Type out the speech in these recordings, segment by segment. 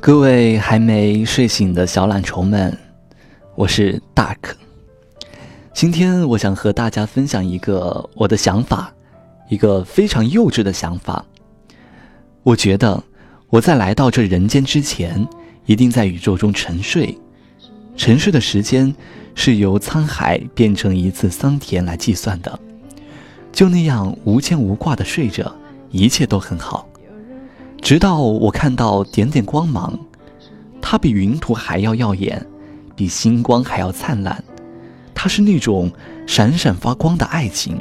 各位还没睡醒的小懒虫们，我是 Dark。 今天我想和大家分享一个我的想法，一个非常幼稚的想法。我觉得我在来到这人间之前，一定在宇宙中沉睡。沉睡的时间是由沧海变成一次桑田来计算的，就那样无牵无挂地睡着，一切都很好。直到我看到点点光芒，它比云图还要耀眼，比星光还要灿烂，它是那种闪闪发光的爱情。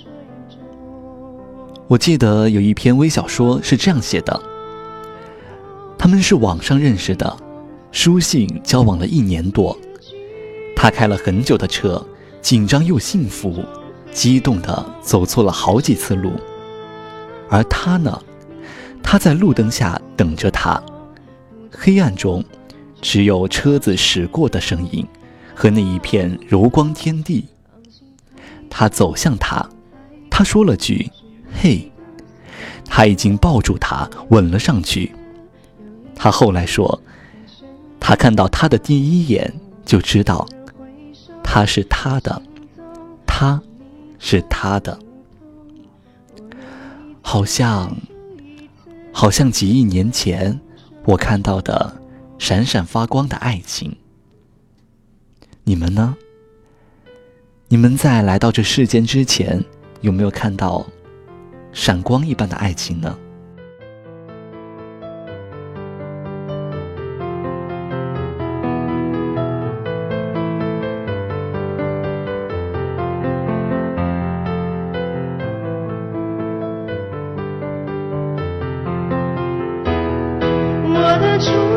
我记得有一篇微小说是这样写的：他们是网上认识的，书信交往了1年多，他开了很久的车，紧张又幸福，激动地走错了好几次路。而他呢，他在路灯下等着他，黑暗中只有车子驶过的声音和那一片柔光天地。他走向他，他说了句嘿，他已经抱住他吻了上去。他后来说，他看到他的第一眼就知道他是他的，他是他的。好像几亿年前我看到的闪闪发光的爱情。你们呢？你们在来到这世间之前，有没有看到闪光一般的爱情呢？ 我的初